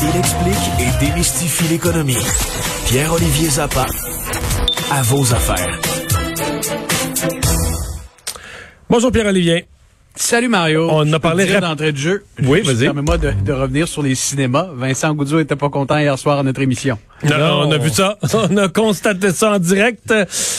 Il explique et démystifie l'économie. Pierre-Olivier Zappa, à vos affaires. Bonjour Pierre-Olivier. Salut Mario. On a parlé d'entrée de jeu. Oui, vas-y. Permets-moi de revenir sur les cinémas. Vincent Goudzot était pas content hier soir à notre émission. Non, on a vu ça. On a constaté ça en direct.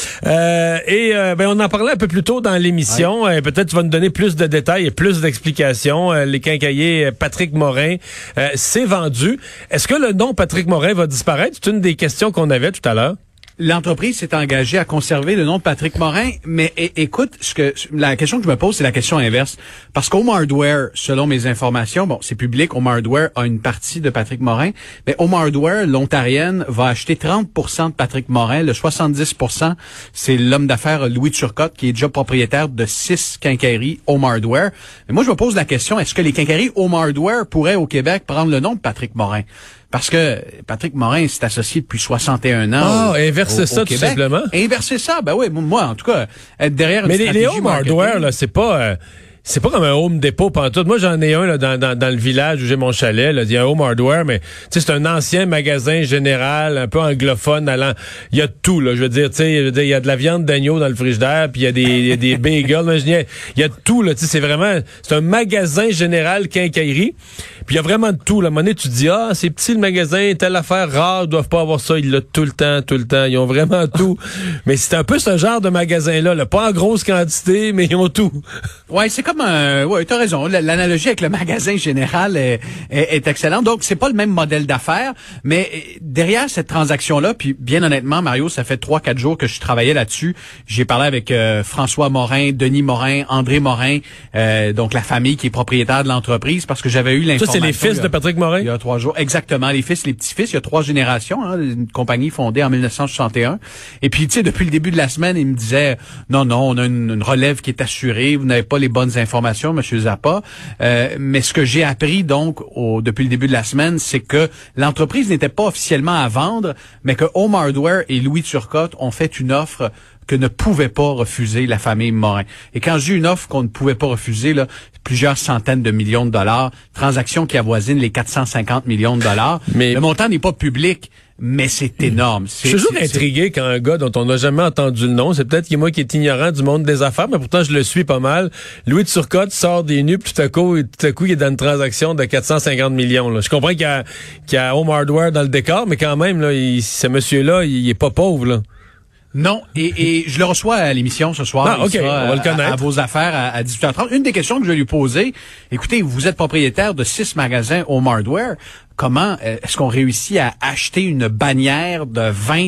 On en parlait un peu plus tôt dans l'émission. Ouais. Peut-être tu vas nous donner plus de détails et plus d'explications. Les quincailliers Patrick Morin, c'est vendu. Est-ce que le nom Patrick Morin va disparaître? C'est une des questions qu'on avait tout à l'heure. L'entreprise s'est engagée à conserver le nom de Patrick Morin, mais écoute, la question que je me pose, c'est la question inverse. Parce qu'Home Hardware, selon mes informations, bon, c'est public, Home Hardware a une partie de Patrick Morin, mais Home Hardware, l'Ontarienne, va acheter 30% de Patrick Morin. Le 70%, c'est l'homme d'affaires Louis Turcotte, qui est déjà propriétaire de 6 quincailleries Home Hardware. Mais moi, je me pose la question, est-ce que les quincailleries Home Hardware pourraient, au Québec, prendre le nom de Patrick Morin? Parce que Patrick Morin s'est associé depuis 61 ans. Inverser ça, tout simplement. Inverser ça, ben oui, moi, en tout cas, être derrière une stratégie les Home Hardware, là, c'est pas comme un Home Depot pantoute. Moi, j'en ai un là, dans le village où j'ai mon chalet. Là, il y a un Home Hardware, mais c'est un ancien magasin général, un peu anglophone. Il y a tout. Là, je veux dire, il y a de la viande d'agneau dans le frigidaire, puis il y a des bagels. Il y a tout. Là, c'est un magasin général quincaillerie. Puis il y a vraiment de tout. La monnaie, tu te dis, c'est petit le magasin, telle affaire rare, ils doivent pas avoir ça. Ils l'ont tout le temps. Ils ont vraiment tout. Mais c'est un peu ce genre de magasin-là. Là. Pas en grosse quantité, mais ils ont tout. Ouais, c'est comme t'as raison. L'analogie avec le magasin général est excellente. Donc, c'est pas le même modèle d'affaires, mais derrière cette transaction-là, puis bien honnêtement, Mario, ça fait 3-4 jours que je travaillais là-dessus. J'ai parlé avec François Morin, Denis Morin, André Morin, donc la famille qui est propriétaire de l'entreprise, parce que j'avais eu l'information. Ça, c'est les fils de Patrick Morin? Il y a 3 jours. Exactement. Les fils, les petits-fils. Il y a 3 générations, une compagnie fondée en 1961. Et puis, tu sais, depuis le début de la semaine, il me disait, non, on a une relève qui est assurée. Vous n'avez pas les bonnes informations, Monsieur Zappa. Mais ce que j'ai appris, donc, depuis le début de la semaine, c'est que l'entreprise n'était pas officiellement à vendre, mais que Home Hardware et Louis Turcotte ont fait une offre que ne pouvait pas refuser la famille Morin. Et quand j'ai une offre qu'on ne pouvait pas refuser, là, plusieurs centaines de millions de dollars, transaction qui avoisine les 450 millions de dollars. Mais le montant n'est pas public, mais c'est énorme. Je suis toujours intrigué quand un gars dont on n'a jamais entendu le nom, c'est peut-être moi qui est ignorant du monde des affaires, mais pourtant je le suis pas mal. Louis Turcotte sort des nues, puis tout à coup, il est dans une transaction de 450 millions. Là. Je comprends qu'il y a Home Hardware dans le décor, mais quand même, là, ce monsieur-là, il est pas pauvre, là. Non, et je le reçois à l'émission ce soir. On va le connaître. À vos affaires à 18h30. Une des questions que je vais lui poser, écoutez, vous êtes propriétaire de 6 magasins Home Hardware. Comment est-ce qu'on réussit à acheter une bannière de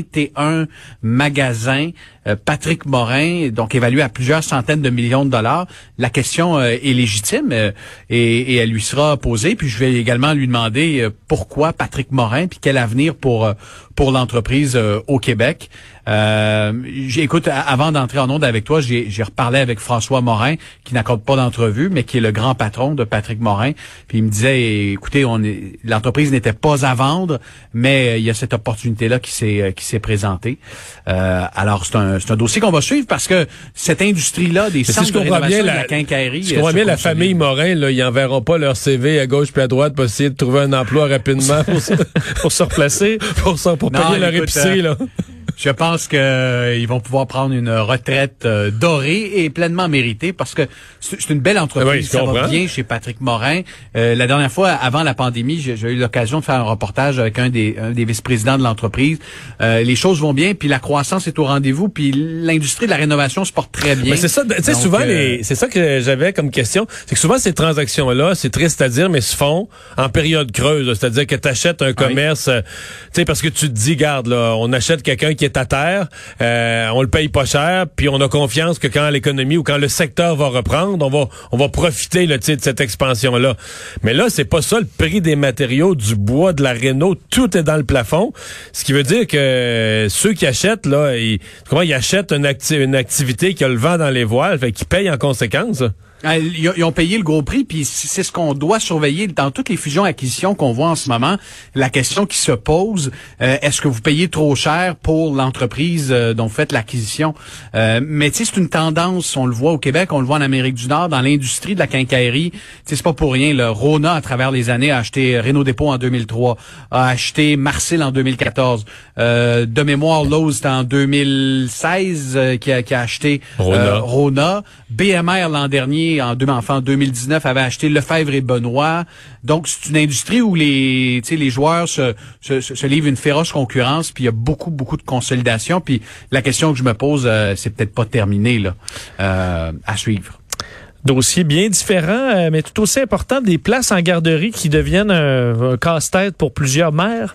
21 magasins Patrick Morin, donc évalué à plusieurs centaines de millions de dollars? La question est légitime et elle lui sera posée. Puis je vais également lui demander pourquoi Patrick Morin, puis quel avenir pour l'entreprise au Québec. Écoute, avant d'entrer en onde avec toi, j'ai reparlé avec François Morin, qui n'accorde pas d'entrevue, mais qui est le grand patron de Patrick Morin. Puis il me disait, écoutez, l'entreprise n'était pas à vendre, mais il y a cette opportunité-là qui s'est présentée. Alors c'est un dossier qu'on va suivre parce que cette industrie-là des centres de rénovation de la quincaillerie. Je comprends bien la famille Morin, là, ils enverront pas leur CV à gauche puis à droite pour essayer de trouver un emploi rapidement pour se replacer, pour payer leur épicerie, là. Je pense que ils vont pouvoir prendre une retraite dorée et pleinement méritée parce que c'est une belle entreprise. Ça va bien chez Patrick Morin. La dernière fois, avant la pandémie, j'ai eu l'occasion de faire un reportage avec un des vice-présidents de l'entreprise. Les choses vont bien, puis la croissance est au rendez-vous, puis l'industrie de la rénovation se porte très bien. Mais c'est ça, tu sais, souvent, c'est ça que j'avais comme question. C'est que souvent, ces transactions-là, c'est triste à dire, mais se font en période creuse. Là. C'est-à-dire que tu achètes un commerce, tu sais, parce que tu te dis, garde, là, on achète quelqu'un qui est à terre, on le paye pas cher, puis on a confiance que quand l'économie ou quand le secteur va reprendre, on va profiter là, de cette expansion-là. Mais là, c'est pas ça le prix des matériaux, du bois, de la réno, tout est dans le plafond. Ce qui veut dire que ceux qui achètent, là, ils achètent une activité qui a le vent dans les voiles, fait qu'ils payent en conséquence. Ils ont payé le gros prix, puis c'est ce qu'on doit surveiller dans toutes les fusions-acquisitions qu'on voit en ce moment. La question qui se pose, est-ce que vous payez trop cher pour l'entreprise dont vous faites l'acquisition? Mais tu sais, c'est une tendance, on le voit au Québec, on le voit en Amérique du Nord, dans l'industrie de la quincaillerie. Tu sais, c'est pas pour rien. Le Rona, à travers les années, a acheté Renault Dépôt en 2003, a acheté Marcel en 2014. De mémoire, Lowe's, c'était en 2016 qui a acheté Rona. BMR l'an dernier, en 2019, avait acheté Lefebvre et Benoît. Donc, c'est une industrie où les joueurs se livrent une féroce concurrence, puis il y a beaucoup de consolidation. Puis la question que je me pose, c'est peut-être pas terminé là, à suivre. Dossier bien différent, mais tout aussi important, des places en garderie qui deviennent un casse-tête pour plusieurs mères.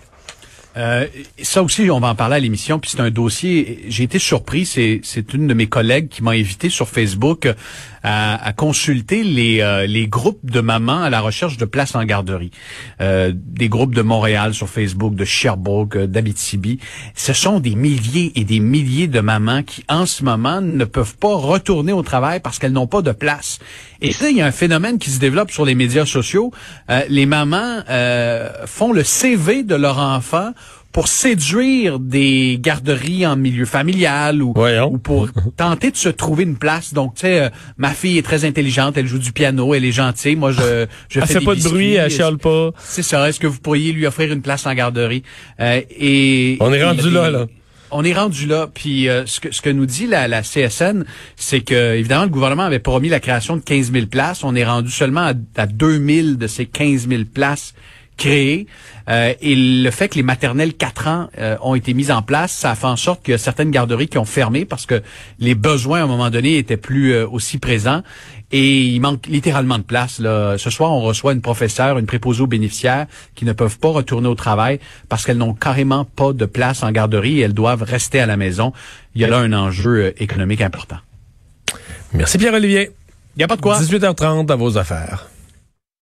Ça aussi, on va en parler à l'émission, puis c'est un dossier, j'ai été surpris, c'est une de mes collègues qui m'a invité sur Facebook à consulter les groupes de mamans à la recherche de places en garderie. Des groupes de Montréal sur Facebook, de Sherbrooke, d'Abitibi. Ce sont des milliers et des milliers de mamans qui, en ce moment, ne peuvent pas retourner au travail parce qu'elles n'ont pas de place. Et ça, il y a un phénomène qui se développe sur les médias sociaux. Les mamans font le CV de leur enfant pour séduire des garderies en milieu familial ou pour tenter de se trouver une place. Donc, tu sais, ma fille est très intelligente, elle joue du piano, elle est gentille. Moi, je elle fais fait des pas de bruit, elle chiale pas. C'est ça. Est-ce que vous pourriez lui offrir une place en garderie? Et on est rendu là. On est rendu là. Puis ce que nous dit la CSN, c'est que évidemment le gouvernement avait promis la création de 15 000 places. On est rendu seulement à 2 000 de ces 15 000 places créées. Et le fait que les maternelles 4 ans ont été mises en place, ça a fait en sorte qu'il y a certaines garderies qui ont fermé parce que les besoins à un moment donné étaient plus aussi présents. Et il manque littéralement de place. Là. Ce soir, on reçoit une professeure, une préposée aux bénéficiaires qui ne peuvent pas retourner au travail parce qu'elles n'ont carrément pas de place en garderie et elles doivent rester à la maison. Il y a là un enjeu économique important. Merci Pierre-Olivier. Il n'y a pas de quoi. 18h30 à vos affaires.